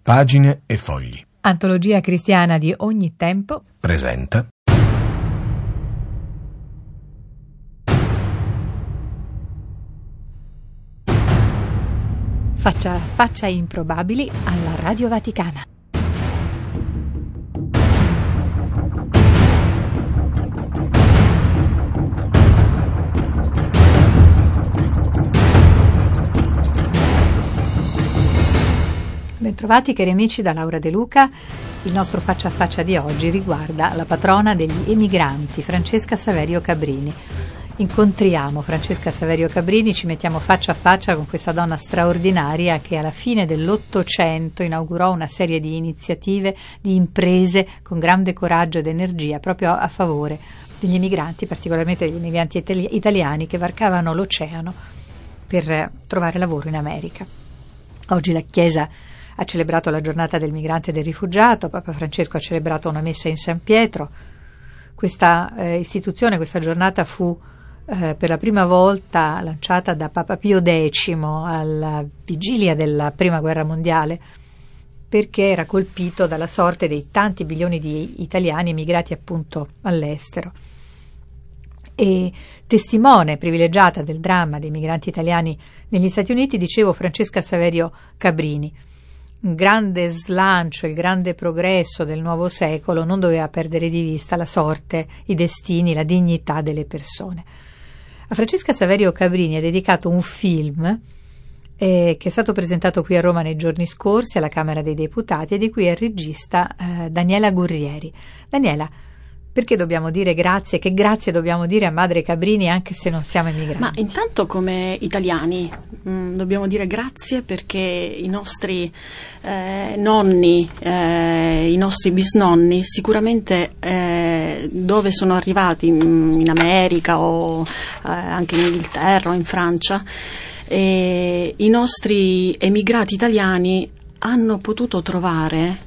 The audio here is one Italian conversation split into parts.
Pagine e fogli. Antologia cristiana di ogni tempo Presenta Faccia a faccia improbabili alla Radio Vaticana. Bentrovati cari amici da Laura De Luca. Il nostro faccia a faccia di oggi riguarda la patrona degli emigranti, Francesca Saverio Cabrini. Incontriamo Francesca Saverio Cabrini, ci mettiamo faccia a faccia con questa donna straordinaria che alla fine dell'Ottocento inaugurò una serie di iniziative, di imprese con grande coraggio ed energia proprio a favore degli emigranti, particolarmente degli emigranti italiani che varcavano l'oceano per trovare lavoro in America. Oggi la Chiesa ha celebrato la giornata del migrante e del rifugiato, Papa Francesco ha celebrato una messa in San Pietro. Questa istituzione, questa giornata fu per la prima volta lanciata da Papa Pio X alla vigilia della Prima Guerra Mondiale, perché era colpito dalla sorte dei tanti milioni di italiani emigrati appunto all'estero. E testimone privilegiata del dramma dei migranti italiani negli Stati Uniti, dicevo, Francesca Saverio Cabrini. Un grande slancio, il grande progresso del nuovo secolo non doveva perdere di vista la sorte, i destini, la dignità delle persone. A Francesca Saverio Cabrini è dedicato un film che è stato presentato qui a Roma nei giorni scorsi alla Camera dei Deputati e di cui è regista Daniela Gurrieri. Daniela, perché dobbiamo dire grazie? Che grazie dobbiamo dire a Madre Cabrini anche se non siamo emigranti? Ma intanto come italiani dobbiamo dire grazie perché i nostri nonni, i nostri bisnonni sicuramente dove sono arrivati in America o anche in Inghilterra o in Francia, i nostri emigrati italiani hanno potuto trovare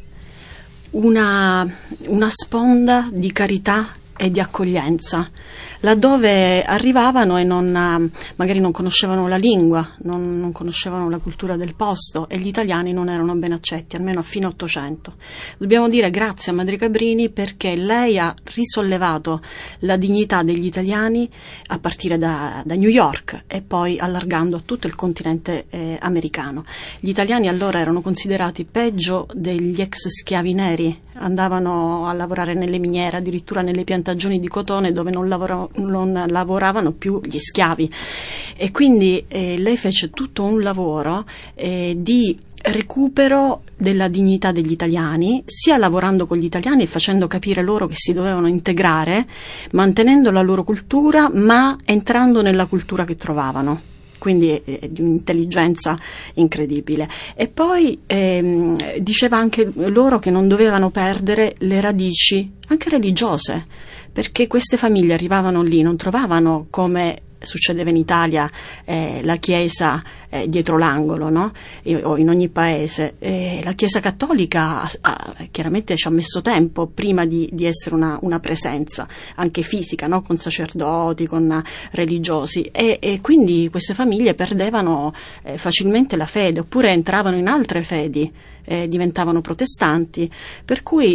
una sponda di carità e di accoglienza, laddove arrivavano e magari non conoscevano la lingua, non conoscevano la cultura del posto e gli italiani non erano ben accetti, almeno a fine Ottocento. Dobbiamo dire grazie a Madre Cabrini perché lei ha risollevato la dignità degli italiani a partire da New York e poi allargando a tutto il continente americano. Gli italiani allora erano considerati peggio degli ex schiavi neri, andavano a lavorare nelle miniere, addirittura nelle piantagioni di cotone dove non lavoravano più gli schiavi e quindi lei fece tutto un lavoro di recupero della dignità degli italiani, sia lavorando con gli italiani e facendo capire loro che si dovevano integrare, mantenendo la loro cultura ma entrando nella cultura che trovavano. Quindi di un'intelligenza incredibile. E poi diceva anche loro che non dovevano perdere le radici, anche religiose, perché queste famiglie arrivavano lì, non trovavano come succedeva in Italia la chiesa dietro l'angolo, no? O in ogni paese. La Chiesa Cattolica chiaramente ci ha messo tempo prima di essere una presenza anche fisica, no? Con sacerdoti, con religiosi e quindi queste famiglie perdevano facilmente la fede oppure entravano in altre fedi, diventavano protestanti, per cui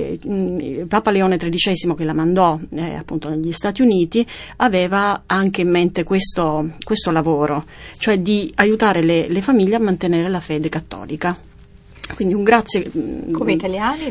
Papa Leone XIII che la mandò appunto negli Stati Uniti aveva anche in mente questo lavoro, cioè di aiutare le famiglie a mantenere la fede cattolica. Quindi un grazie come italiani,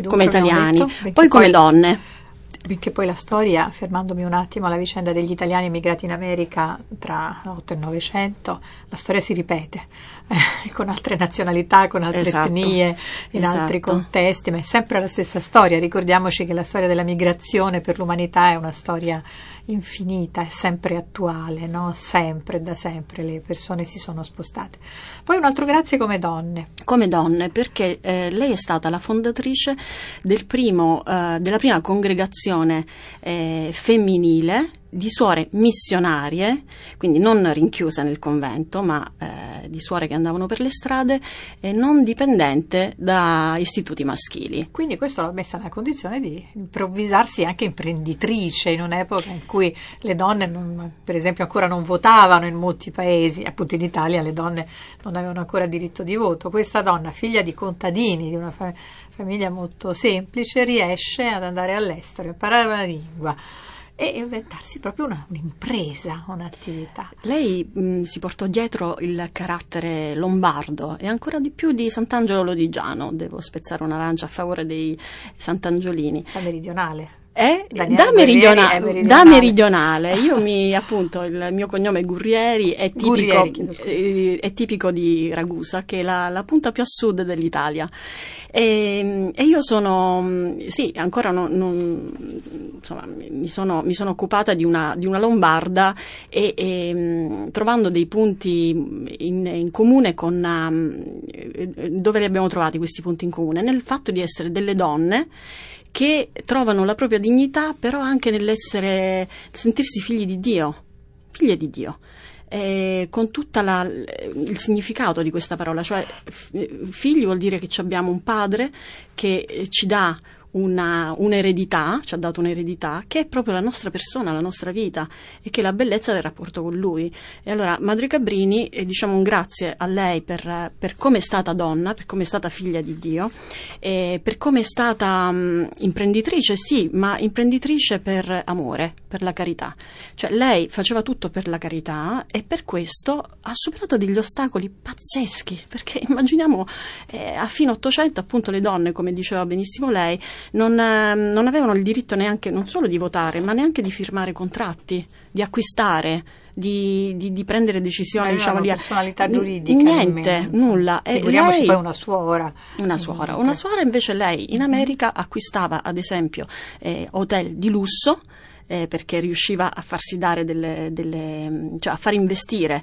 poi come donne. Perché poi la storia, fermandomi un attimo alla vicenda degli italiani emigrati in America tra l'Otto e il Novecento, la storia si ripete con altre nazionalità, con altre etnie, in altri contesti, ma è sempre la stessa storia. Ricordiamoci che la storia della migrazione per l'umanità è una storia infinita, è sempre attuale, no? Sempre, da sempre le persone si sono spostate. Poi un altro grazie come donne. Come donne, perché lei è stata la fondatrice della prima congregazione femminile di suore missionarie, quindi non rinchiuse nel convento, ma di suore che andavano per le strade, non dipendente da istituti maschili. Quindi questo l'ha messa nella condizione di improvvisarsi anche imprenditrice in un'epoca in cui le donne, per esempio, ancora non votavano in molti paesi, appunto in Italia le donne non avevano ancora diritto di voto. Questa donna, figlia di contadini, di una famiglia molto semplice, riesce ad andare all'estero, imparare la lingua e inventarsi proprio un'impresa, un'attività. Lei si portò dietro il carattere lombardo e ancora di più di Sant'Angelo Lodigiano. Devo spezzare una lancia a favore dei Sant'Angiolini. La meridionale. Da meridionale. Io appunto, il mio cognome è Gurrieri, è tipico di Ragusa, che è la punta più a sud dell'Italia. E io sono, sì, ancora insomma, mi sono occupata di una lombarda e trovando dei punti in comune dove li abbiamo trovati questi punti in comune? Nel fatto di essere delle donne che trovano la propria dignità, però anche sentirsi figlie di Dio, con tutto il significato di questa parola, cioè figli vuol dire che abbiamo un padre che ci dà un'eredità, ci ha dato un'eredità che è proprio la nostra persona, la nostra vita, e che è la bellezza del rapporto con lui. E allora Madre Cabrini, diciamo un grazie a lei per come è stata donna, per come è stata figlia di Dio, per come è stata imprenditrice, sì, ma imprenditrice per amore, per la carità. Cioè lei faceva tutto per la carità e per questo ha superato degli ostacoli pazzeschi, perché immaginiamo a fine Ottocento appunto le donne, come diceva benissimo lei, non avevano il diritto neanche, non solo di votare, ma neanche di firmare contratti, di acquistare, di prendere decisioni, diciamo, di personalità giuridica. Niente, nulla. Figuriamoci poi una suora. Una suora invece lei in America acquistava ad esempio hotel di lusso, perché riusciva a farsi dare cioè a far investire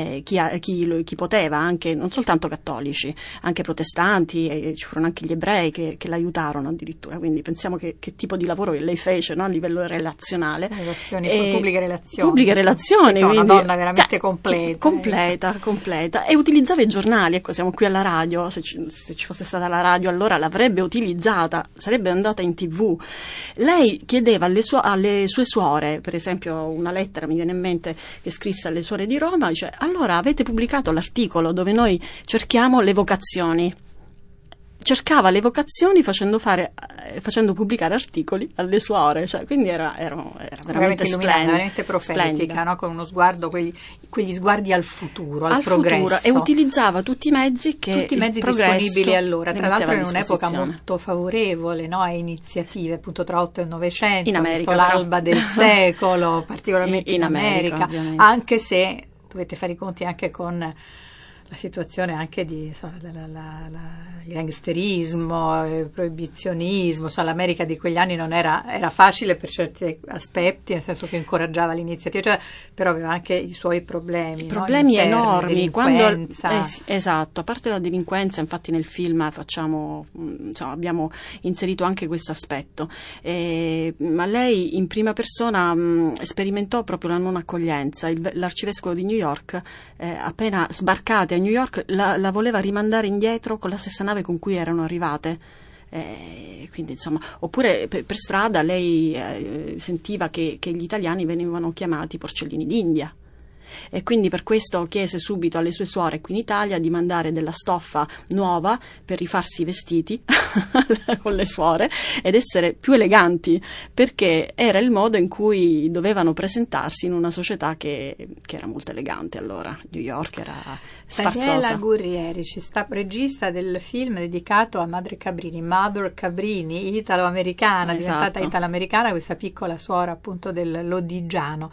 chi poteva, anche non soltanto cattolici, anche protestanti, e ci furono anche gli ebrei che l'aiutarono addirittura. Quindi pensiamo che tipo di lavoro che lei fece, no? A livello relazionale. Pubbliche relazioni. Quindi, una donna veramente completa. E utilizzava i giornali, ecco, siamo qui alla radio, se ci fosse stata la radio allora l'avrebbe utilizzata, sarebbe andata in TV. Lei chiedeva alle sue suore, per esempio una lettera mi viene in mente che scrisse alle suore di Roma, dice: allora avete pubblicato l'articolo dove noi cerchiamo le vocazioni. Cercava le vocazioni facendo pubblicare articoli alle suore, cioè, quindi era veramente splendida, veramente profetica, no? Con uno sguardo, quegli sguardi al futuro, al progresso. E utilizzava tutti i mezzi disponibili allora, tra l'altro in un'epoca molto favorevole, no? A iniziative appunto tra 8 e 900, in America, l'alba del secolo, particolarmente in America, anche se dovete fare i conti anche con la situazione anche di gangsterismo, proibizionismo, l'America di quegli anni non era facile per certi aspetti, nel senso che incoraggiava l'iniziativa, cioè, però aveva anche i suoi problemi. Problemi interni, enormi. Esatto, a parte la delinquenza, infatti nel film abbiamo inserito anche questo aspetto, ma lei in prima persona sperimentò proprio la non accoglienza. L'arcivescovo di New York, appena sbarcate a New York, la voleva rimandare indietro con la stessa nave con cui erano arrivate. Quindi insomma, oppure per strada lei sentiva che gli italiani venivano chiamati porcellini d'India. E quindi per questo chiese subito alle sue suore qui in Italia di mandare della stoffa nuova per rifarsi i vestiti con le suore ed essere più eleganti, perché era il modo in cui dovevano presentarsi in una società che era molto elegante allora. New York era sfarzosa. Daniela Gurrieri, regista del film dedicato a Madre Cabrini, Mother Cabrini, italo-americana, diventata italo-americana, questa piccola suora appunto del Lodigiano.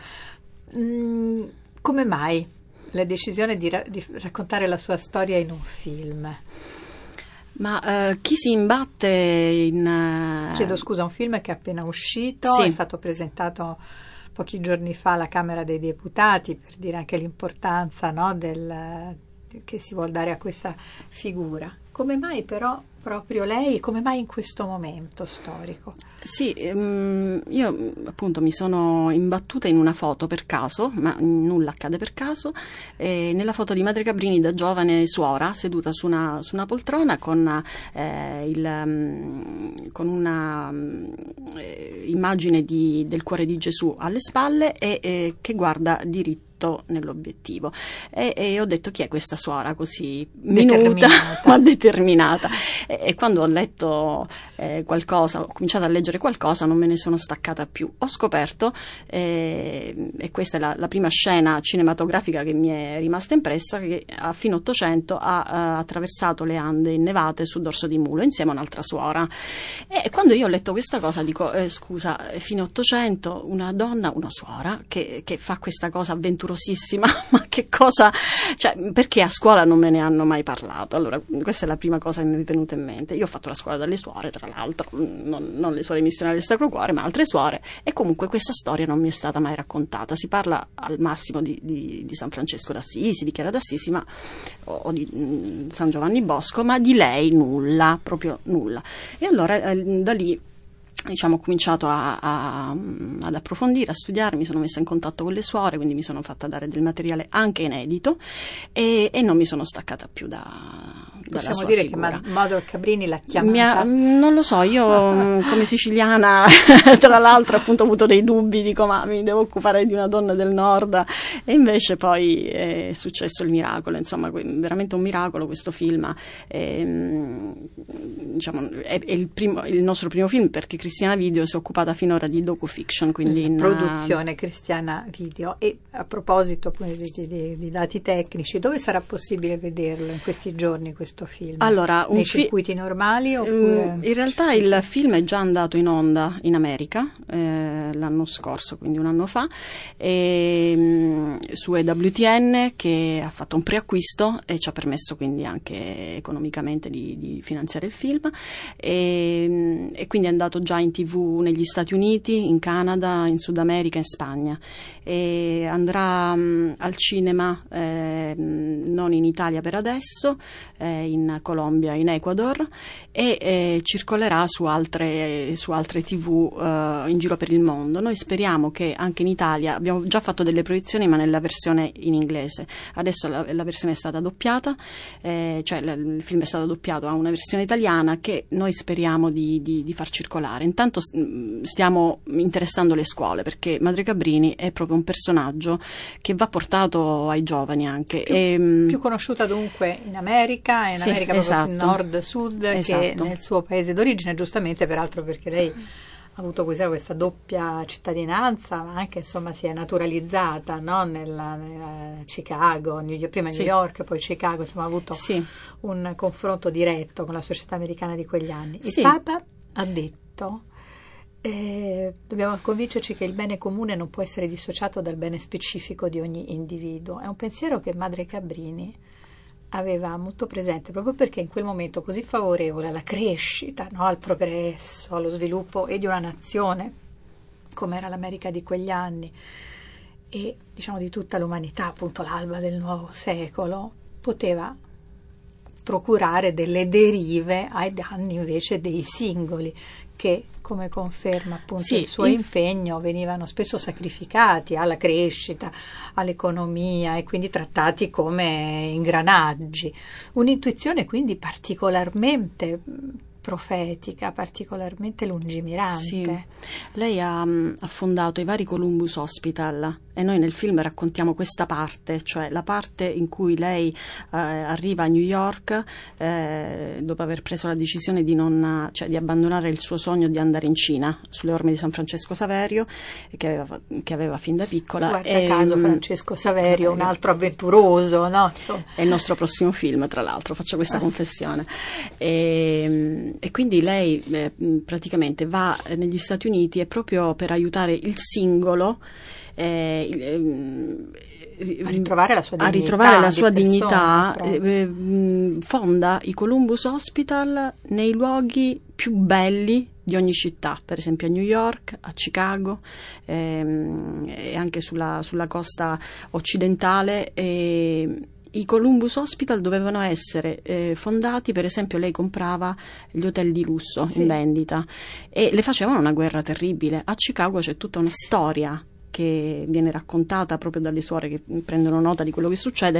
Come mai la decisione di raccontare la sua storia in un film? Ma chi si imbatte in... Chiedo scusa, un film che è appena uscito, sì. È stato presentato pochi giorni fa alla Camera dei Deputati, per dire anche l'importanza, no, che si vuol dare a questa figura. Come mai però proprio lei, come mai in questo momento storico? Sì, io appunto mi sono imbattuta in una foto per caso, ma nulla accade per caso, nella foto di Madre Cabrini da giovane suora seduta su una poltrona con una immagine del cuore di Gesù alle spalle e che guarda diritto nell'obiettivo, e ho detto: chi è questa suora così minuta ma determinata? E quando ho letto qualcosa, ho cominciato a leggere qualcosa, non me ne sono staccata più. Ho scoperto, e questa è la prima scena cinematografica che mi è rimasta impressa, che a fine Ottocento ha attraversato le Ande innevate su dorso di mulo insieme a un'altra suora. E quando io ho letto questa cosa dico: scusa, fine Ottocento una donna, una suora che fa questa cosa avventurosissima, ma che cosa, cioè, perché a scuola non me ne hanno mai parlato? Allora, questa è la prima cosa che mi è venuta in mente. Io ho fatto la scuola dalle suore, tra l'altro, non le suore missionarie del Sacro Cuore, ma altre suore, e comunque questa storia non mi è stata mai raccontata. Si parla al massimo di San Francesco d'Assisi, di Chiara d'Assisi, o di San Giovanni Bosco, ma di lei nulla, proprio nulla. E allora da lì, diciamo, ho cominciato ad approfondire, a studiare, mi sono messa in contatto con le suore, quindi mi sono fatta dare del materiale anche inedito e non mi sono staccata più Possiamo dire figura. Che Mother Cabrini l'ha chiamata? Non lo so, io come siciliana tra l'altro appunto ho avuto dei dubbi, dico ma mi devo occupare di una donna del nord, e invece poi è successo il miracolo, insomma veramente un miracolo questo film. Diciamo, è il nostro primo film, perché Cristiana Video si è occupata finora di docufiction, quindi produzione Cristiana Video. E a proposito appunto di dati tecnici, dove sarà possibile vederlo in questi giorni questo film? Allora, nei circuiti normali oppure? In realtà il film è già andato in onda in America l'anno scorso, quindi un anno fa, su EWTN, che ha fatto un preacquisto e ci ha permesso quindi anche economicamente di finanziare il film, e quindi è andato già in TV negli Stati Uniti, in Canada, in Sud America, in Spagna, e andrà al cinema non in Italia per adesso, in Colombia, in Ecuador, e circolerà su altre TV in giro per il mondo. Noi speriamo che anche in Italia, abbiamo già fatto delle proiezioni ma nella versione in inglese, adesso la versione è stata doppiata, cioè il film è stato doppiato a una versione italiana che noi speriamo di far circolare. Intanto stiamo interessando le scuole, perché Madre Cabrini è proprio un personaggio che va portato ai giovani anche. Più conosciuta dunque in America, sì, proprio esatto. Nord-Sud, Esatto. Che nel suo paese d'origine, giustamente, peraltro, perché lei ha avuto questa doppia cittadinanza, ma anche insomma si è naturalizzata, no? nella Chicago, prima sì. New York, poi Chicago, insomma ha avuto sì. un confronto diretto con la società americana di quegli anni. Il sì. Papa ha detto: dobbiamo convincerci che il bene comune non può essere dissociato dal bene specifico di ogni individuo. È un pensiero che Madre Cabrini aveva molto presente, proprio perché in quel momento così favorevole alla crescita, no? Al progresso, allo sviluppo e di una nazione come era l'America di quegli anni e diciamo di tutta l'umanità, appunto l'alba del nuovo secolo, poteva procurare delle derive ai danni invece dei singoli, che, come conferma appunto sì, il suo impegno, venivano spesso sacrificati alla crescita, all'economia, e quindi trattati come ingranaggi. Un'intuizione quindi particolarmente profetica, particolarmente lungimirante. Sì. Lei ha fondato i vari Columbus Hospital, e noi nel film raccontiamo questa parte, cioè la parte in cui lei arriva a New York dopo aver preso la decisione di abbandonare il suo sogno di andare in Cina, sulle orme di San Francesco Saverio, che aveva fin da piccola. Guarda caso Francesco Saverio, un altro avventuroso, no? È il nostro prossimo film, tra l'altro, faccio questa confessione. E quindi lei praticamente va negli Stati Uniti, e proprio per aiutare il singolo a ritrovare la sua dignità, ritrovare la sua dignità, fonda i Columbus Hospital nei luoghi più belli di ogni città, per esempio a New York, a Chicago, e anche sulla costa occidentale, i Columbus Hospital dovevano essere fondati, per esempio lei comprava gli hotel di lusso in vendita e le facevano una guerra terribile. A Chicago c'è tutta una storia che viene raccontata proprio dalle suore che prendono nota di quello che succede,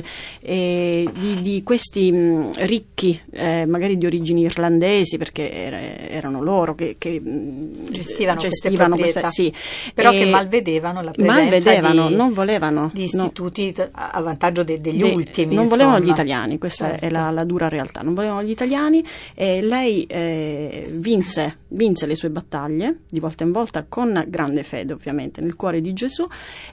di questi ricchi, magari di origini irlandesi, perché erano loro che gestivano questa, sì. Però che malvedevano la presenza non volevano di istituti a vantaggio degli ultimi. Non insomma. volevano gli italiani, questa è la dura realtà, non volevano gli italiani, e lei vinse le sue battaglie di volta in volta con grande fede, ovviamente, nel cuore di Gesù,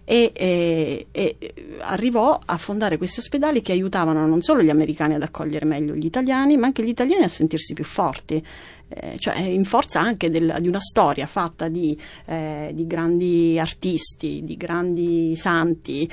e arrivò a fondare questi ospedali che aiutavano non solo gli americani ad accogliere meglio gli italiani, ma anche gli italiani a sentirsi più forti, cioè in forza anche di una storia fatta di grandi artisti, di grandi santi.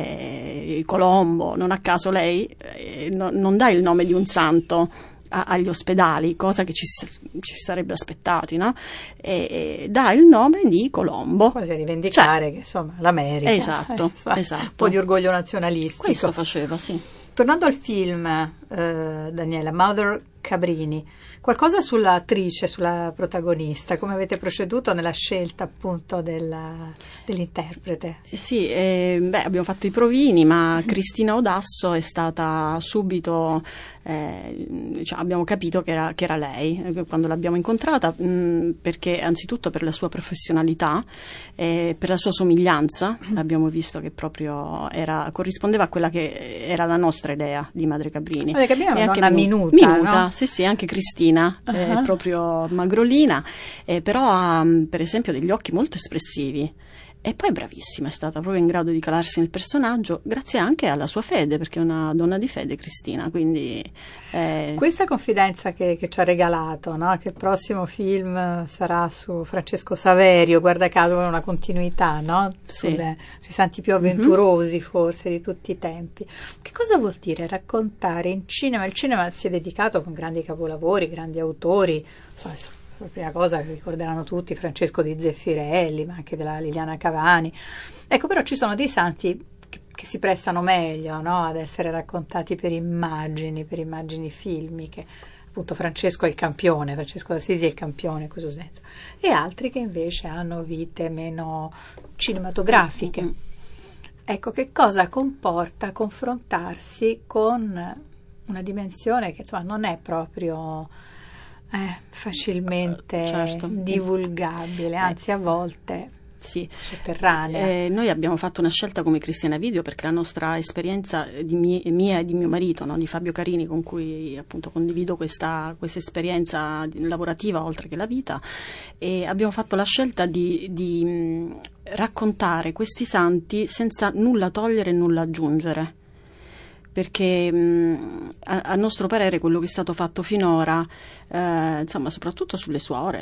Colombo, non a caso lei non dà il nome di un santo agli ospedali, cosa che ci sarebbe aspettati, no? E dà il nome di Colombo, quasi a rivendicare che insomma l'America, esatto. Un po' di orgoglio nazionalistico. Questo faceva, sì. Tornando al film, Daniela, Mother Cabrini, qualcosa sull'attrice, sulla protagonista, come avete proceduto nella scelta appunto dell'interprete? Sì, abbiamo fatto i provini, ma Cristina Odasso è stata subito, abbiamo capito che era lei quando l'abbiamo incontrata, perché anzitutto per la sua professionalità, per la sua somiglianza, abbiamo visto che proprio corrispondeva a quella che era la nostra idea di Madre Cabrini. Madre Cabrini è una donna minuta, no? Sì, anche Cristina è proprio magrolina, però ha per esempio degli occhi molto espressivi. E poi bravissima, è stata proprio in grado di calarsi nel personaggio, grazie anche alla sua fede, perché è una donna di fede, Cristina, quindi... Questa confidenza che ci ha regalato, no? Che il prossimo film sarà su Francesco Saverio, guarda caso una continuità, no? Sui santi più avventurosi forse di tutti i tempi. Che cosa vuol dire raccontare in cinema? Il cinema si è dedicato con grandi capolavori, grandi autori, la prima cosa che ricorderanno tutti, Francesco di Zeffirelli, ma anche della Liliana Cavani. Ecco, però ci sono dei santi che si prestano meglio, no? Ad essere raccontati per immagini filmiche. Appunto Francesco è il campione, Francesco d'Assisi è il campione in questo senso. E altri che invece hanno vite meno cinematografiche. Ecco, che cosa comporta confrontarsi con una dimensione che insomma non è proprio... facilmente divulgabile, anzi a volte sotterranea. Noi abbiamo fatto una scelta come Cristiana Video perché la nostra esperienza mia e di mio marito, no, di Fabio Carini, con cui appunto condivido questa esperienza lavorativa oltre che la vita, e abbiamo fatto la scelta di raccontare questi santi senza nulla togliere e nulla aggiungere, perché a nostro parere quello che è stato fatto finora, insomma soprattutto sulle suore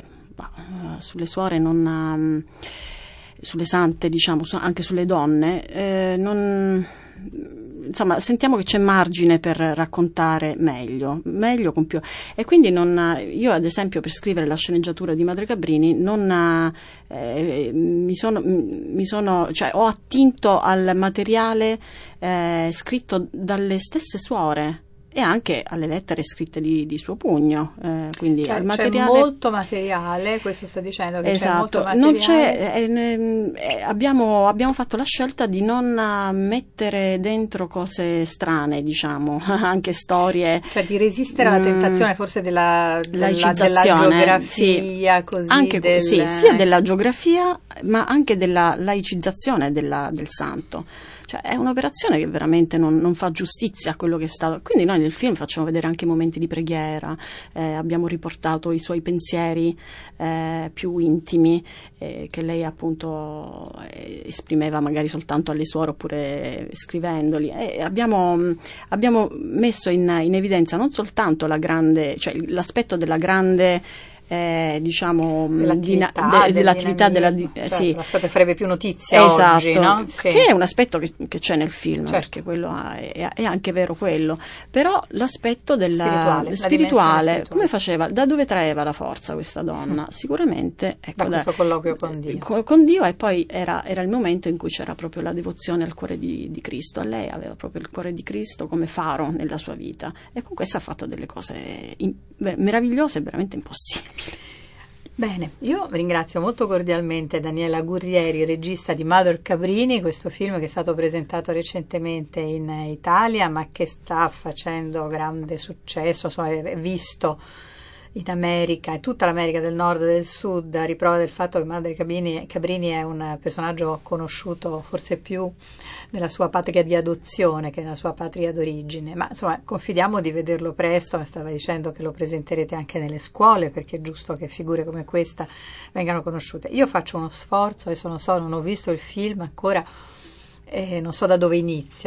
non, sulle sante, diciamo, anche sulle donne, insomma sentiamo che c'è margine per raccontare meglio con più, e quindi io ad esempio per scrivere la sceneggiatura di Madre Cabrini ho attinto al materiale scritto dalle stesse suore e anche alle lettere scritte di suo pugno, quindi al materiale... C'è molto materiale, questo sta dicendo che esatto, c'è molto materiale. Non c'è, abbiamo fatto la scelta di non mettere dentro cose strane, diciamo, anche storie, cioè di resistere alla tentazione forse della laicizzazione, geografia, così, anche sia della geografia ma anche della laicizzazione del santo. Cioè è un'operazione che veramente non fa giustizia a quello che è stato. Quindi noi nel film facciamo vedere anche momenti di preghiera, abbiamo riportato i suoi pensieri più intimi, che lei appunto esprimeva magari soltanto alle suore oppure scrivendoli, e abbiamo messo in evidenza non soltanto l'aspetto della grande diciamo dell'attività sì. L'aspetto che farebbe più notizia esatto, oggi, no? Sì. Che è un aspetto che c'è nel film, certo. Perché quello è anche vero quello, però l'aspetto spirituale, come faceva, da dove traeva la forza questa donna? Sicuramente da questo colloquio con Dio. Con Dio, e poi era il momento in cui c'era proprio la devozione al cuore di Cristo. A lei aveva proprio il cuore di Cristo come faro nella sua vita, e con questo ha fatto delle cose meravigliose e veramente impossibili. Bene, io ringrazio molto cordialmente Daniela Gurrieri, regista di Mother Cabrini, questo film che è stato presentato recentemente in Italia, ma che sta facendo grande successo, insomma, è visto in America, in tutta l'America del Nord e del Sud, a riprova del fatto che Mother Cabrini è un personaggio conosciuto forse più nella sua patria di adozione che nella sua patria d'origine, ma insomma confidiamo di vederlo presto. Mi stava dicendo che lo presenterete anche nelle scuole, perché è giusto che figure come questa vengano conosciute. Io faccio uno sforzo, adesso non ho visto il film ancora, non so da dove inizia,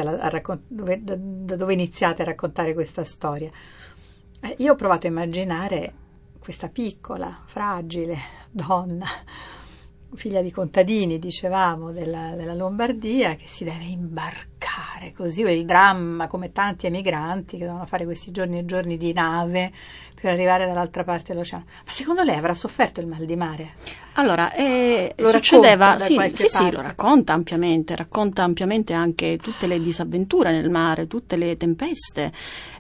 da dove iniziate a raccontare questa storia. Io ho provato a immaginare questa piccola, fragile donna, figlia di contadini, dicevamo, della Lombardia, che si deve imbarcare così, il dramma, come tanti emigranti che devono fare questi giorni e giorni di nave per arrivare dall'altra parte dell'oceano. Ma secondo lei avrà sofferto il mal di mare? Allora, lo succedeva, sì, lo racconta ampiamente anche tutte le disavventure nel mare, tutte le tempeste,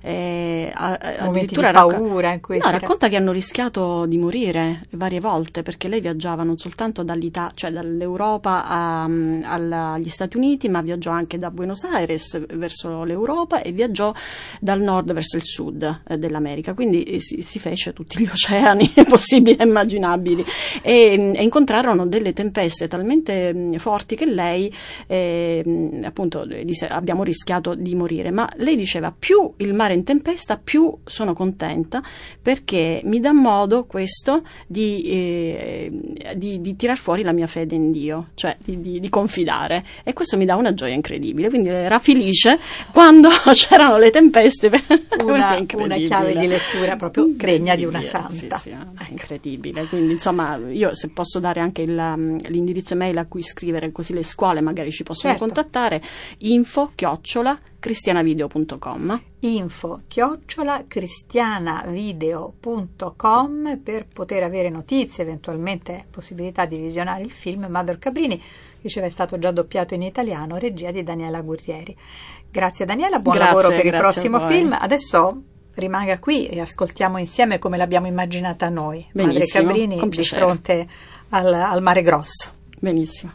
addirittura di paura in questo. No, racconta che hanno rischiato di morire varie volte, perché lei viaggiava non soltanto cioè dall'Europa agli Stati Uniti, ma viaggiò anche da Buenos Aires verso l'Europa e viaggiò dal nord verso il sud dell'America, quindi si fece tutti gli oceani possibili e immaginabili, e incontrarono delle tempeste talmente forti che lei appunto disse: abbiamo rischiato di morire. Ma lei diceva: più il mare in tempesta, più sono contenta, perché mi dà modo questo di tirar fuori la mia fede in Dio, cioè di confidare, e questo mi dà una gioia incredibile. Quindi era felice quando c'erano le tempeste. Una chiave di lettura proprio degna di una santa. Sì, incredibile. Quindi insomma, io, se posso dare anche l'indirizzo email a cui scrivere, così le scuole magari ci possono contattare: info@cristianavideo.com info@cristianavideo.com per poter avere notizie, eventualmente possibilità di visionare il film Mother Cabrini. Diceva, è stato già doppiato in italiano, regia di Daniela Gurrieri. Grazie Daniela, buon lavoro per il prossimo film. Adesso rimanga qui e ascoltiamo insieme come l'abbiamo immaginata noi. Benissimo, Madre Cabrini di fronte al mare grosso. Benissimo.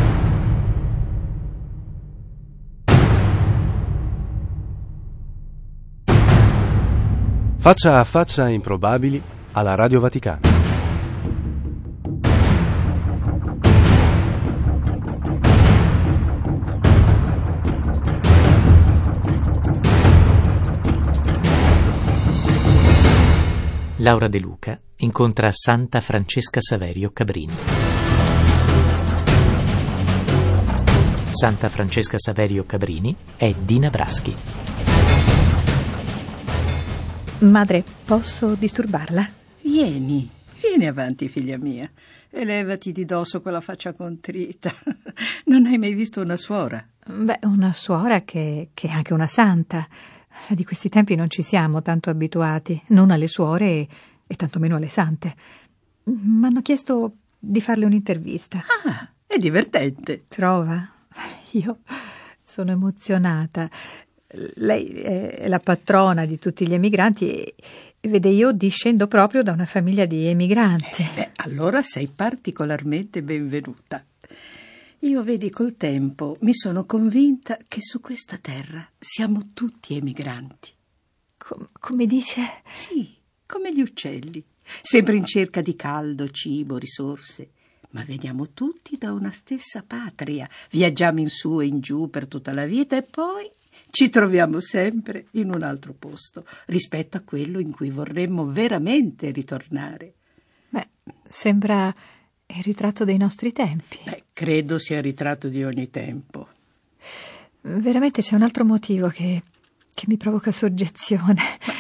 Faccia a faccia improbabili alla Radio Vaticana. Laura De Luca incontra Santa Francesca Saverio Cabrini. Santa Francesca Saverio Cabrini è Dina Braschi. Madre, posso disturbarla? Vieni avanti, figlia mia, e levati di dosso quella faccia contrita. Non hai mai visto una suora? Beh, una suora che è anche una santa. Di questi tempi non ci siamo tanto abituati, non alle suore e tantomeno alle sante. Mi hanno chiesto di farle un'intervista. Ah, è divertente. Trova? Io sono emozionata. Lei è la patrona di tutti gli emigranti e vede, io discendo proprio da una famiglia di emigranti. Allora sei particolarmente benvenuta. Io, vedi, col tempo mi sono convinta che su questa terra siamo tutti emigranti. Come dice? Sì, come gli uccelli, sempre in cerca di caldo, cibo, risorse. Ma veniamo tutti da una stessa patria, viaggiamo in su e in giù per tutta la vita e poi ci troviamo sempre in un altro posto rispetto a quello in cui vorremmo veramente ritornare. Beh, sembra il ritratto dei nostri tempi. Credo sia il ritratto di ogni tempo. Veramente c'è un altro motivo che che mi provoca soggezione.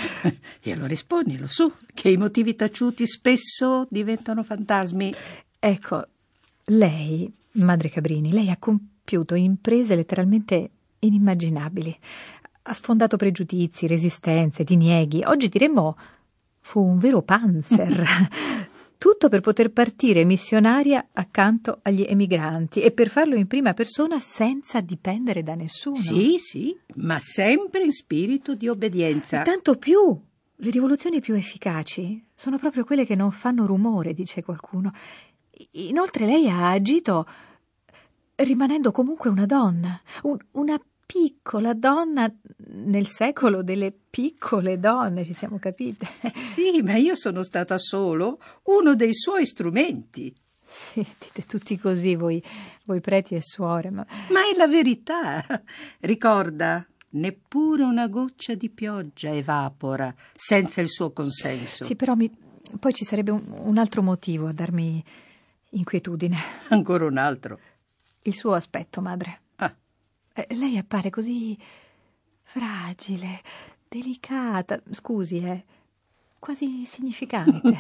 E allora esponilo, su, che i motivi taciuti spesso diventano fantasmi. Ecco, lei, madre Cabrini, lei ha compiuto imprese letteralmente inimmaginabili. Ha sfondato pregiudizi, resistenze, dinieghi. Oggi diremmo fu un vero panzer. Tutto per poter partire missionaria accanto agli emigranti e per farlo in prima persona senza dipendere da nessuno. Sì, ma sempre in spirito di obbedienza. E tanto più. Le rivoluzioni più efficaci sono proprio quelle che non fanno rumore, dice qualcuno. Inoltre lei ha agito rimanendo comunque una donna, una piccola donna nel secolo delle piccole donne, ci siamo capite? Sì, ma io sono stata solo uno dei suoi strumenti. Sì, dite tutti così voi preti e suore, ma è la verità. Ricorda, neppure una goccia di pioggia evapora senza il suo consenso. Sì, però poi ci sarebbe un altro motivo a darmi inquietudine. Ancora un altro? Il suo aspetto, madre. Lei appare così fragile, delicata, scusi, quasi insignificante.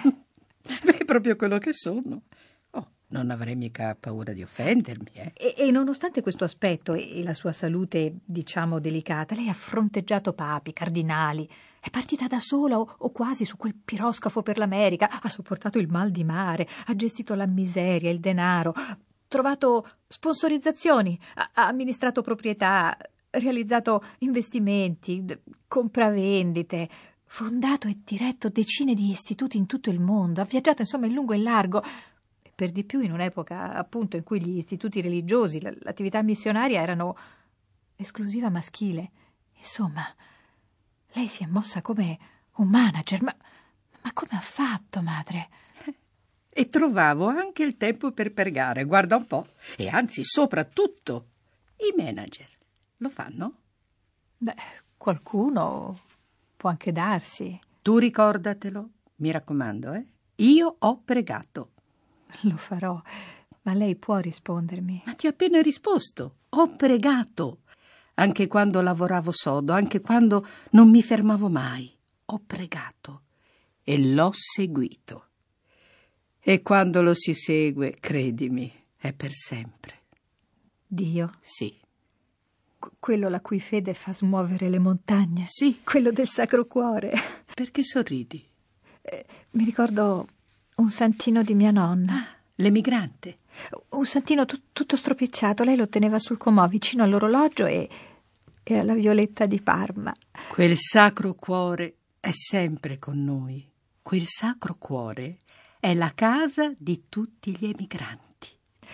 È proprio quello che sono. Non avrei mica paura di offendermi, E nonostante questo aspetto e la sua salute, diciamo, delicata, lei ha fronteggiato papi, cardinali, è partita da sola o quasi su quel piroscafo per l'America, ha sopportato il mal di mare, ha gestito la miseria, il denaro, trovato sponsorizzazioni, ha amministrato proprietà, realizzato investimenti, compravendite, fondato e diretto decine di istituti in tutto il mondo, ha viaggiato insomma in lungo e in largo, e per di più in un'epoca appunto in cui gli istituti religiosi, l'attività missionaria erano esclusiva maschile. Insomma, lei si è mossa come un manager, ma come ha fatto, madre? E trovavo anche il tempo per pregare, guarda un po'. E anzi, soprattutto, i manager lo fanno? Beh, qualcuno può anche darsi. Tu ricordatelo, mi raccomando, Io ho pregato. Lo farò, ma lei può rispondermi. Ma ti ho appena risposto. Ho pregato. Anche quando lavoravo sodo, anche quando non mi fermavo mai. Ho pregato e l'ho seguito. E quando lo si segue, credimi, è per sempre. Dio? Sì. Quello la cui fede fa smuovere le montagne? Sì. Quello del Sacro Cuore? Perché sorridi? Mi ricordo un santino di mia nonna. L'emigrante? Un santino tutto stropicciato. Lei lo teneva sul comò vicino all'orologio e alla Violetta di Parma. Quel Sacro Cuore è sempre con noi. Quel Sacro Cuore è la casa di tutti gli emigranti.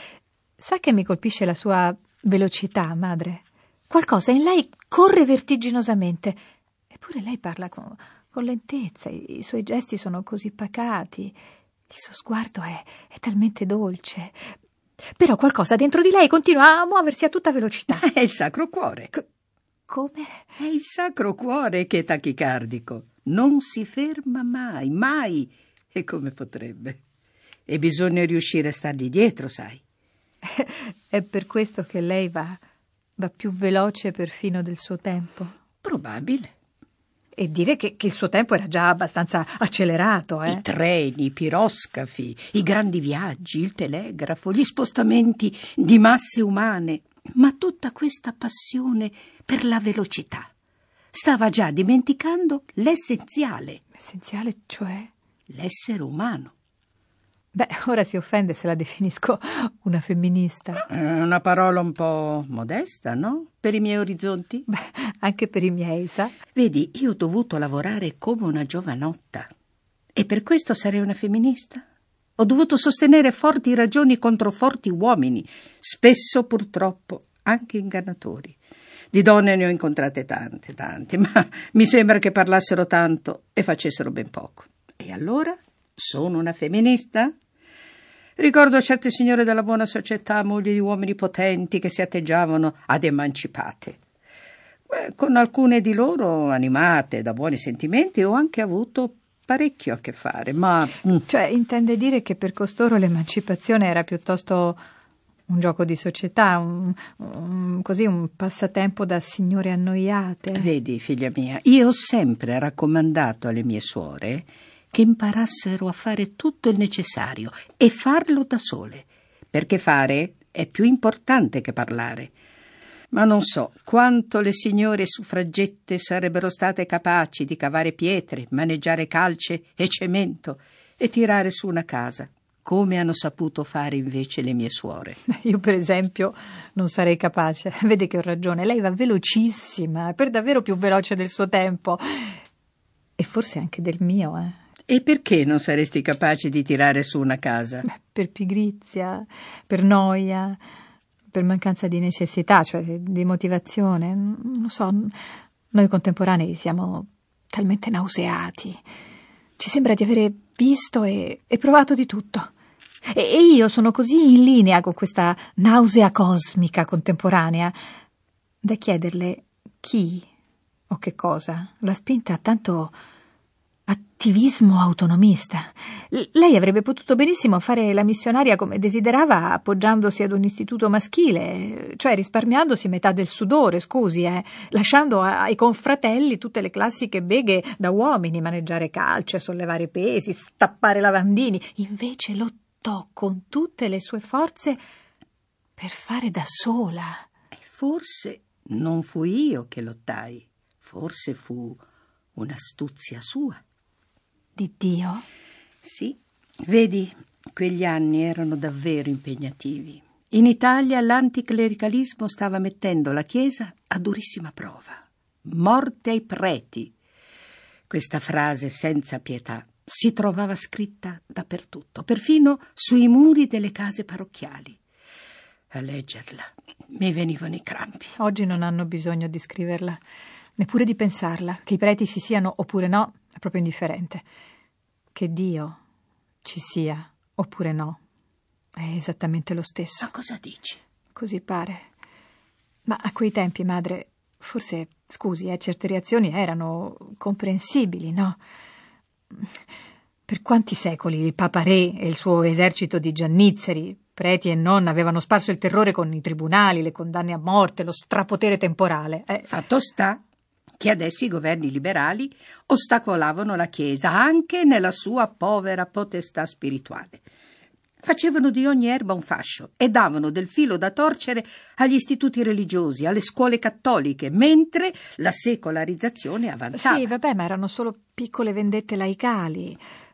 Sa che mi colpisce la sua velocità, madre? Qualcosa in lei corre vertiginosamente. Eppure lei parla con lentezza, i suoi gesti sono così pacati, il suo sguardo è talmente dolce. Però qualcosa dentro di lei continua a muoversi a tutta velocità. È il Sacro Cuore. Come? È il Sacro Cuore che è tachicardico. Non si ferma mai, mai. E come potrebbe? E bisogna riuscire a stargli dietro, sai. È per questo che lei va più veloce perfino del suo tempo? Probabile. E dire che il suo tempo era già abbastanza accelerato, I treni, i piroscafi, i grandi viaggi, il telegrafo, gli spostamenti di masse umane, ma tutta questa passione per la velocità. Stava già dimenticando l'essenziale. Essenziale, cioè? L'essere umano. Beh, ora si offende se la definisco una femminista. Una parola un po' modesta, no? Per i miei orizzonti? Beh, anche per i miei, sa? Vedi, io ho dovuto lavorare come una giovanotta. E per questo sarei una femminista? Ho dovuto sostenere forti ragioni contro forti uomini, spesso purtroppo anche ingannatori. Di donne ne ho incontrate tante, ma mi sembra che parlassero tanto e facessero ben poco. E allora? Sono una femminista? Ricordo certe signore della buona società, mogli di uomini potenti che si atteggiavano ad emancipate. Con alcune di loro, animate da buoni sentimenti, ho anche avuto parecchio a che fare, ma... Cioè, intende dire che per costoro l'emancipazione era piuttosto un gioco di società, così un passatempo da signore annoiate. Vedi, figlia mia, io ho sempre raccomandato alle mie suore che imparassero a fare tutto il necessario e farlo da sole, perché fare è più importante che parlare. Ma non so quanto le signore suffragette sarebbero state capaci di cavare pietre, maneggiare calce e cemento e tirare su una casa, come hanno saputo fare invece le mie suore. Io, per esempio, non sarei capace. Vede che ho ragione, lei va velocissima, per davvero più veloce del suo tempo. E forse anche del mio, E perché non saresti capace di tirare su una casa? Per pigrizia, per noia, per mancanza di necessità, cioè di motivazione. Non lo so, noi contemporanei siamo talmente nauseati. Ci sembra di avere visto e provato di tutto. E io sono così in linea con questa nausea cosmica contemporanea da chiederle chi o che cosa l'ha spinta a tanto attivismo autonomista. Lei avrebbe potuto benissimo fare la missionaria come desiderava, appoggiandosi ad un istituto maschile, cioè risparmiandosi metà del sudore, lasciando ai confratelli tutte le classiche beghe da uomini, maneggiare calce, sollevare pesi, stappare lavandini. Invece lottò con tutte le sue forze per fare da sola. E forse non fui io che lottai, forse fu un'astuzia sua. Di Dio? Sì, vedi, quegli anni erano davvero impegnativi. In Italia l'anticlericalismo stava mettendo la Chiesa a durissima prova. Morte ai preti. Questa frase senza pietà si trovava scritta dappertutto, perfino sui muri delle case parrocchiali. A leggerla mi venivano i crampi. Oggi non hanno bisogno di scriverla, neppure di pensarla. Che i preti ci siano oppure no è proprio indifferente. Che Dio ci sia oppure no è esattamente lo stesso. Ma cosa dici? Così pare. Ma a quei tempi, madre, forse, scusi, certe reazioni erano comprensibili, no? Per quanti secoli il Papa Re e il suo esercito di giannizzeri, preti e non, avevano sparso il terrore con i tribunali, le condanne a morte, lo strapotere temporale. Fatto sta che adesso i governi liberali ostacolavano la Chiesa anche nella sua povera potestà spirituale. Facevano di ogni erba un fascio e davano del filo da torcere agli istituti religiosi, alle scuole cattoliche, mentre la secolarizzazione avanzava. Sì, vabbè, ma erano solo piccole vendette laicali.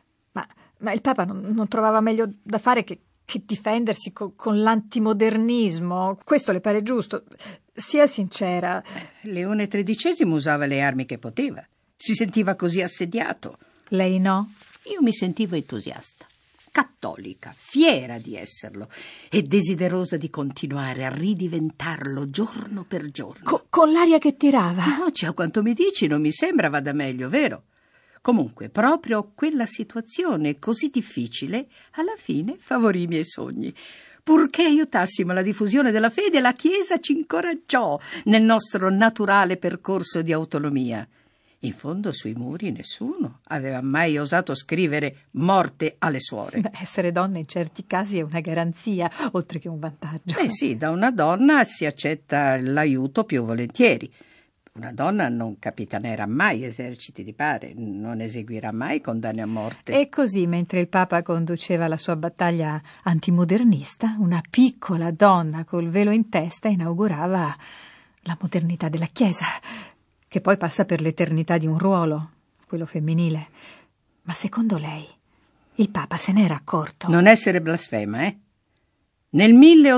Ma il Papa non trovava meglio da fare che difendersi con l'antimodernismo. Questo le pare giusto? Sia sincera. Leone XIII usava le armi che poteva. Si sentiva così assediato. Lei no? Io mi sentivo entusiasta, cattolica, fiera di esserlo e desiderosa di continuare a ridiventarlo giorno per giorno. Con l'aria che tirava? Oggi, a quanto mi dici, non mi sembra vada meglio, vero? Comunque, proprio quella situazione così difficile, alla fine favorì i miei sogni. Purché aiutassimo la diffusione della fede, la Chiesa ci incoraggiò nel nostro naturale percorso di autonomia. In fondo, sui muri nessuno aveva mai osato scrivere morte alle suore. Essere donna in certi casi è una garanzia, oltre che un vantaggio. Sì, da una donna si accetta l'aiuto più volentieri. Una donna non capitanerà mai eserciti di pare, non eseguirà mai condanne a morte. E così, mentre il Papa conduceva la sua battaglia antimodernista, una piccola donna col velo in testa inaugurava la modernità della Chiesa, che poi passa per l'eternità di un ruolo, quello femminile. Ma secondo lei, il Papa se n'era accorto? Non essere blasfema, eh? Nel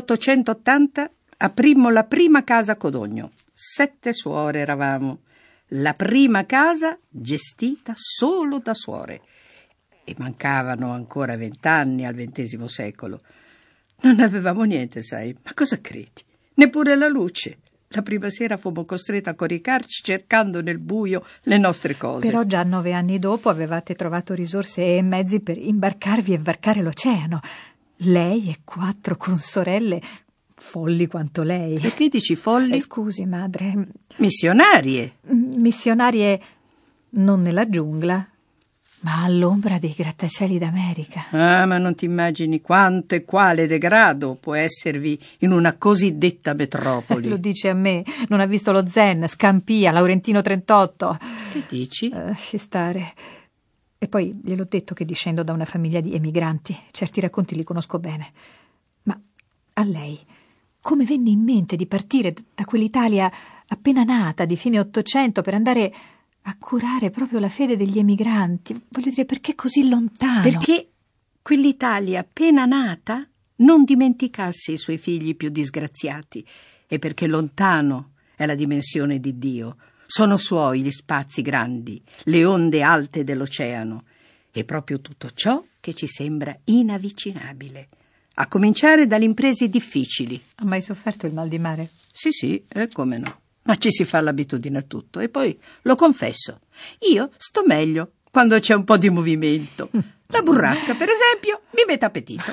1880 aprimmo la prima casa a Codogno. 7 suore eravamo. La prima casa gestita solo da suore. E mancavano ancora 20 anni al XX secolo. Non avevamo niente, sai. Ma cosa credi? Neppure la luce. La prima sera fummo costretta a coricarci cercando nel buio le nostre cose. Però già 9 anni dopo avevate trovato risorse e mezzi per imbarcarvi e varcare l'oceano. Lei e 4 consorelle folli quanto lei. Perché dici folli? Scusi, madre. Missionarie. Missionarie non nella giungla, Ma all'ombra dei grattacieli d'America. Ah, ma non ti immagini quanto e quale degrado può esservi in una cosiddetta metropoli. Lo dice a me, non ha visto lo Zen, Scampia, Laurentino 38. Che dici? Lasci stare. E poi gliel'ho detto che discendo da una famiglia di emigranti, certi racconti li conosco bene. Ma a lei come venne in mente di partire da quell'Italia appena nata, di fine Ottocento, per andare a curare proprio la fede degli emigranti? Voglio dire, perché così lontano? Perché quell'Italia appena nata non dimenticasse i suoi figli più disgraziati, e perché lontano è la dimensione di Dio. Sono suoi gli spazi grandi, le onde alte dell'oceano, e proprio tutto ciò che ci sembra inavvicinabile, a cominciare dalle imprese difficili. Ha mai sofferto il mal di mare? Sì, come no. Ma ci si fa l'abitudine a tutto. E poi, lo confesso, io sto meglio quando c'è un po' di movimento. La burrasca, per esempio, mi mette appetito.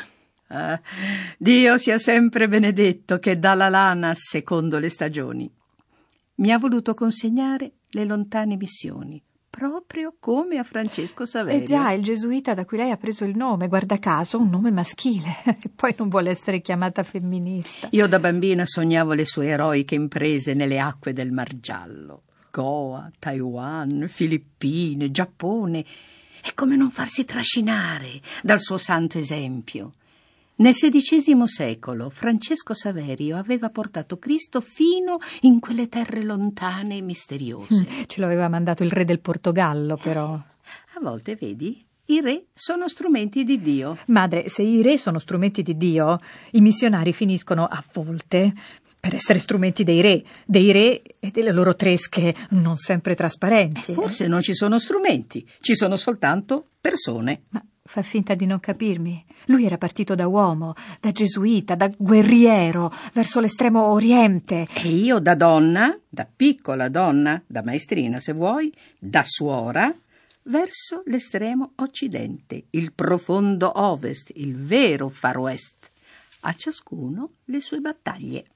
Dio sia sempre benedetto che dà la lana secondo le stagioni. Mi ha voluto consegnare le lontane missioni, proprio come a Francesco Saverio. Già, il gesuita da cui lei ha preso il nome, guarda caso, un nome maschile. E poi non vuole essere chiamata femminista. Io da bambina sognavo le sue eroiche imprese nelle acque del Mar Giallo. Goa, Taiwan, Filippine, Giappone. E come non farsi trascinare dal suo santo esempio? Nel XVI secolo Francesco Saverio aveva portato Cristo fino in quelle terre lontane e misteriose. Ce lo aveva mandato il re del Portogallo, però. A volte, vedi, i re sono strumenti di Dio. Madre, se i re sono strumenti di Dio, i missionari finiscono a volte per essere strumenti dei re e delle loro tresche non sempre trasparenti. Forse non ci sono strumenti, ci sono soltanto persone. Ma fa finta di non capirmi. Lui era partito da uomo, da gesuita, da guerriero, verso l'estremo oriente. E io da donna, da piccola donna, da maestrina se vuoi, da suora, verso l'estremo occidente, il profondo ovest, il vero far west. A ciascuno le sue battaglie.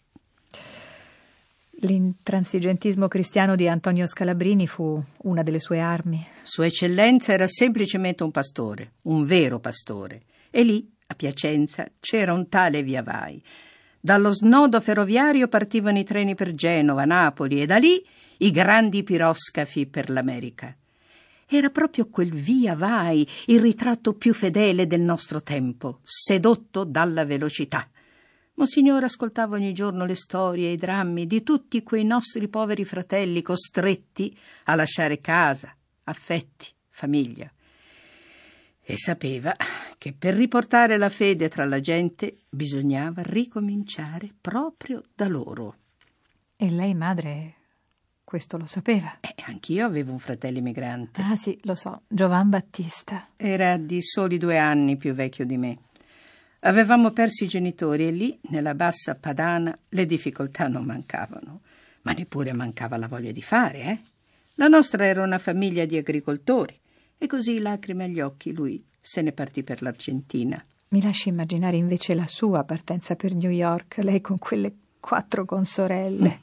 L'intransigentismo cristiano di Antonio Scalabrini fu una delle sue armi. Sua Eccellenza era semplicemente un pastore, un vero pastore. E lì, a Piacenza, c'era un tale via vai. Dallo snodo ferroviario partivano i treni per Genova, Napoli, e da lì i grandi piroscafi per l'America. Era proprio quel via vai il ritratto più fedele del nostro tempo, sedotto dalla velocità. Monsignore ascoltava ogni giorno le storie e i drammi di tutti quei nostri poveri fratelli costretti a lasciare casa, affetti, famiglia. E sapeva che per riportare la fede tra la gente bisognava ricominciare proprio da loro. E lei, madre, questo lo sapeva? Anch'io avevo un fratello emigrante. Ah sì, lo so, Giovan Battista. Era di soli 2 anni più vecchio di me. Avevamo perso i genitori e lì, nella bassa padana, le difficoltà non mancavano, ma neppure mancava la voglia di fare, La nostra era una famiglia di agricoltori e così, lacrime agli occhi, lui se ne partì per l'Argentina. Mi lasci immaginare invece la sua partenza per New York, lei con quelle 4 consorelle.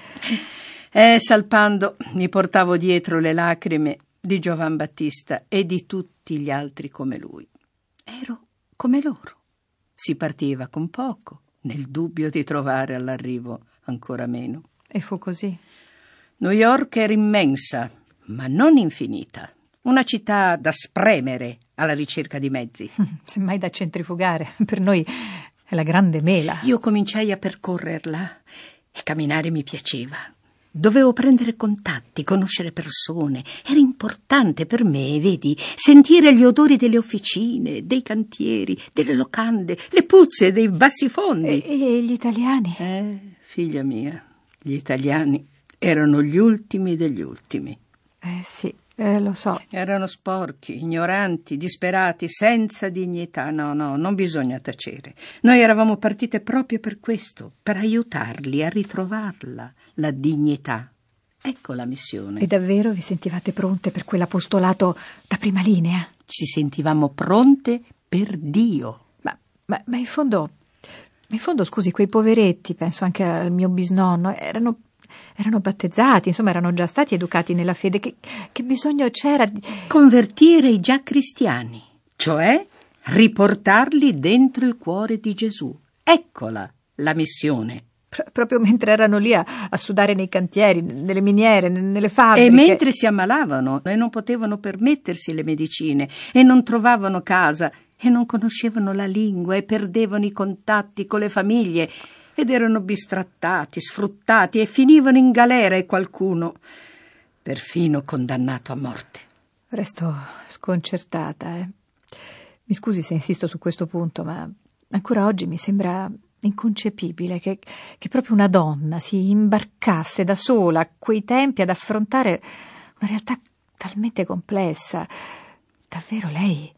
Salpando mi portavo dietro le lacrime di Giovan Battista e di tutti gli altri come lui. Ero come loro. Si partiva con poco, nel dubbio di trovare all'arrivo ancora meno. E fu così. New York era immensa, ma non infinita. Una città da spremere alla ricerca di mezzi. Semmai da centrifugare. Per noi è la grande mela. Io cominciai a percorrerla e camminare mi piaceva. Dovevo prendere contatti, conoscere persone. Era importante per me, vedi, sentire gli odori delle officine, dei cantieri, delle locande, le puzze dei bassifondi. E gli italiani? Figlia mia, gli italiani erano gli ultimi degli ultimi. Sì, lo so. Erano sporchi, ignoranti, disperati, senza dignità. No, non bisogna tacere. Noi eravamo partite proprio per questo, per aiutarli a ritrovarla, la dignità. Ecco la missione. E davvero vi sentivate pronte per quell'apostolato da prima linea? Ci sentivamo pronte per Dio. Ma in fondo, scusi, quei poveretti, penso anche al mio bisnonno, erano erano battezzati, insomma erano già stati educati nella fede. Che bisogno c'era di convertire i già cristiani, cioè riportarli dentro il cuore di Gesù. Eccola la missione. proprio mentre erano lì a sudare nei cantieri, nelle miniere, nelle fabbriche. E mentre si ammalavano e non potevano permettersi le medicine e non trovavano casa e non conoscevano la lingua e perdevano i contatti con le famiglie ed erano bistrattati, sfruttati e finivano in galera e qualcuno perfino condannato a morte. Resto sconcertata. Mi scusi se insisto su questo punto, ma ancora oggi mi sembra inconcepibile che proprio una donna si imbarcasse da sola a quei tempi ad affrontare una realtà talmente complessa. Davvero lei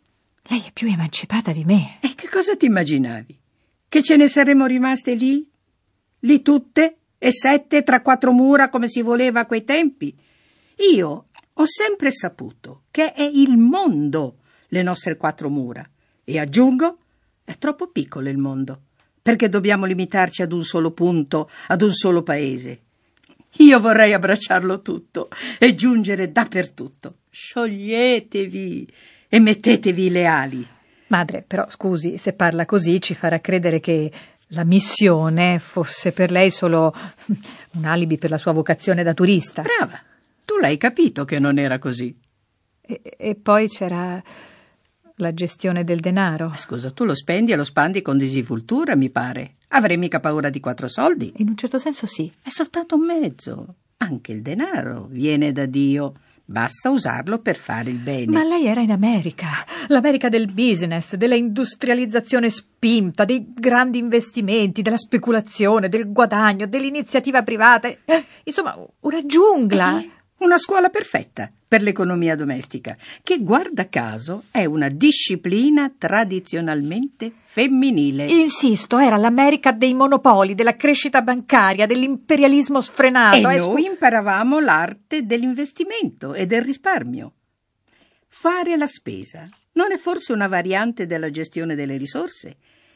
è più emancipata di me. E che cosa ti immaginavi? Che ce ne saremmo rimaste lì? Lì tutte? E 7 tra 4 mura come si voleva a quei tempi? Io ho sempre saputo che è il mondo le nostre 4 mura. E aggiungo, è troppo piccolo il mondo, perché dobbiamo limitarci ad un solo punto, ad un solo paese. Io vorrei abbracciarlo tutto e giungere dappertutto. Scioglietevi e mettetevi le ali. Madre, però scusi, se parla così ci farà credere che la missione fosse per lei solo un alibi per la sua vocazione da turista. Brava, tu l'hai capito che non era così. E poi c'era la gestione del denaro. Scusa, tu lo spendi e lo spandi con disinvoltura, mi pare. Avrei mica paura di 4 soldi? In un certo senso sì. È soltanto un mezzo. Anche il denaro viene da Dio. Basta usarlo per fare il bene. Ma lei era in America, l'America del business, della industrializzazione spinta, dei grandi investimenti, della speculazione, del guadagno, dell'iniziativa privata. Insomma, una giungla. Una scuola perfetta per l'economia domestica, che guarda caso è una disciplina tradizionalmente femminile. Insisto, era l'America dei monopoli, della crescita bancaria, dell'imperialismo sfrenato. E noi imparavamo l'arte dell'investimento e del risparmio. Fare la spesa non è forse una variante della gestione delle risorse?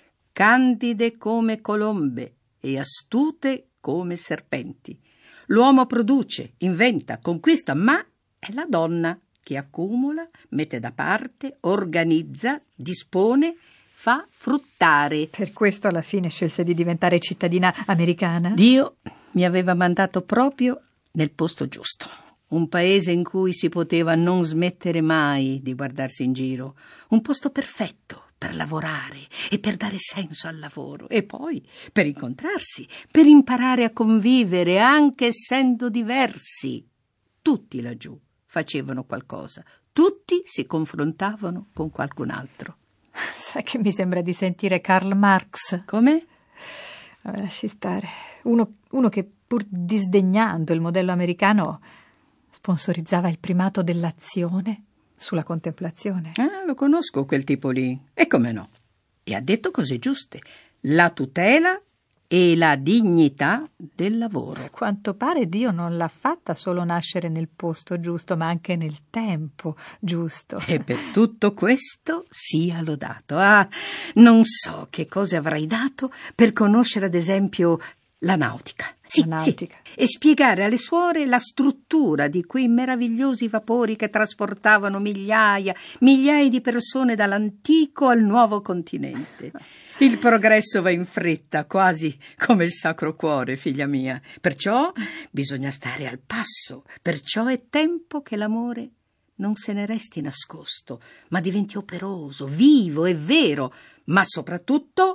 Candide come colombe e astute come serpenti. L'uomo produce, inventa, conquista, ma è la donna che accumula, mette da parte, organizza, dispone, fa fruttare. Per questo alla fine scelse di diventare cittadina americana? Dio mi aveva mandato proprio nel posto giusto. Un paese in cui si poteva non smettere mai di guardarsi in giro. Un posto perfetto per lavorare e per dare senso al lavoro. E poi per incontrarsi, per imparare a convivere anche essendo diversi. Tutti laggiù facevano qualcosa. Tutti si confrontavano con qualcun altro. Sai che mi sembra di sentire Karl Marx. Come? Lasci stare. Uno che pur disdegnando il modello americano sponsorizzava il primato dell'azione sulla contemplazione. Lo conosco quel tipo lì. E come no? E ha detto cose giuste. La tutela e la dignità del lavoro. A quanto pare Dio non l'ha fatta solo nascere nel posto giusto, ma anche nel tempo giusto. E per tutto questo sia lodato. Non so che cose avrai dato per conoscere ad esempio la nautica. Sì, la nautica. Sì. E spiegare alle suore la struttura di quei meravigliosi vapori che trasportavano migliaia di persone dall'antico al nuovo continente. Il progresso va in fretta, quasi come il Sacro Cuore, figlia mia. Perciò bisogna stare al passo. Perciò è tempo che l'amore non se ne resti nascosto, ma diventi operoso, vivo e vero, ma soprattutto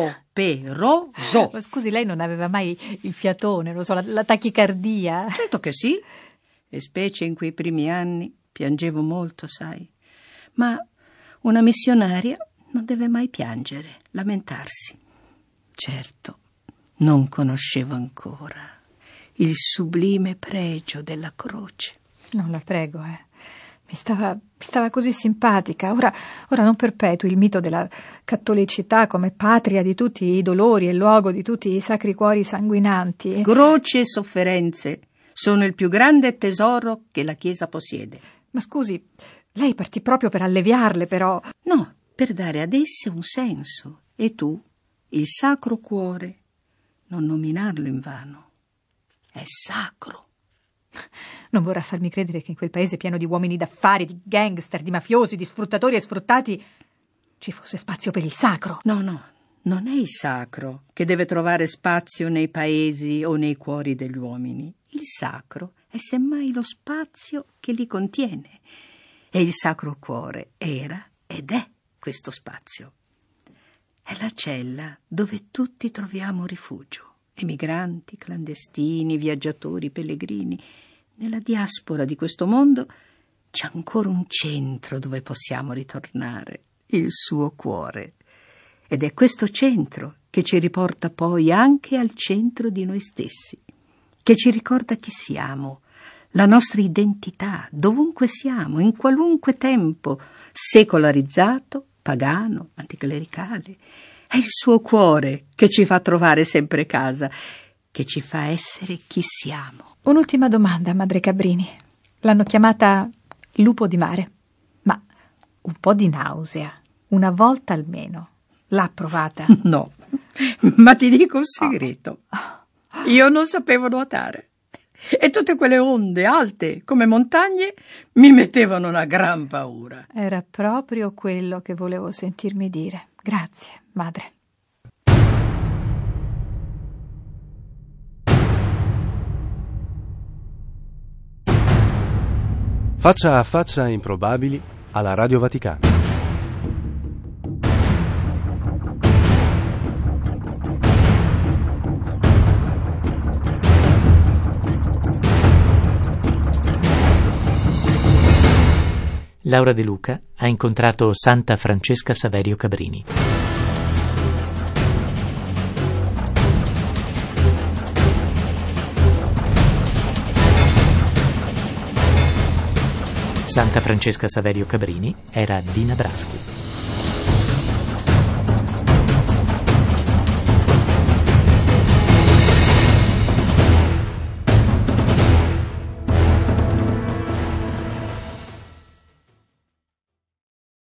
operoso. Ma scusi, lei non aveva mai il fiatone, non so, la tachicardia? Certo che sì, e specie in quei primi anni piangevo molto, sai. Ma una missionaria non deve mai piangere, lamentarsi. Certo, non conoscevo ancora il sublime pregio della croce. Non la prego, Mi stava così simpatica. Ora non perpetui il mito della cattolicità come patria di tutti i dolori e luogo di tutti i sacri cuori sanguinanti. Croce e sofferenze sono il più grande tesoro che la Chiesa possiede. Ma scusi, lei partì proprio per alleviarle, però. No, per dare ad esse un senso. E tu, il Sacro Cuore, non nominarlo in vano. è sacro. Non vorrà farmi credere che in quel paese pieno di uomini d'affari, di gangster, di mafiosi, di sfruttatori e sfruttati ci fosse spazio per il sacro. No, non è il sacro che deve trovare spazio nei paesi o nei cuori degli uomini. Il sacro è semmai lo spazio che li contiene. E il Sacro Cuore era ed è questo spazio. È la cella dove tutti troviamo rifugio. Emigranti, clandestini, viaggiatori, pellegrini. Nella diaspora di questo mondo c'è ancora un centro dove possiamo ritornare, il suo cuore. Ed è questo centro che ci riporta poi anche al centro di noi stessi, che ci ricorda chi siamo, la nostra identità, dovunque siamo, in qualunque tempo, secolarizzato, pagano, anticlericale. È il suo cuore che ci fa trovare sempre casa, che ci fa essere chi siamo. Un'ultima domanda, madre Cabrini. L'hanno chiamata lupo di mare, ma un po' di nausea, una volta almeno, l'ha provata? No, ma ti dico un segreto. Io non sapevo nuotare e tutte quelle onde alte come montagne mi mettevano una gran paura. Era proprio quello che volevo sentirmi dire. Grazie, madre. Faccia a faccia improbabili alla Radio Vaticana. Laura De Luca ha incontrato Santa Francesca Saverio Cabrini. Santa Francesca Saverio Cabrini era Dina Braschi.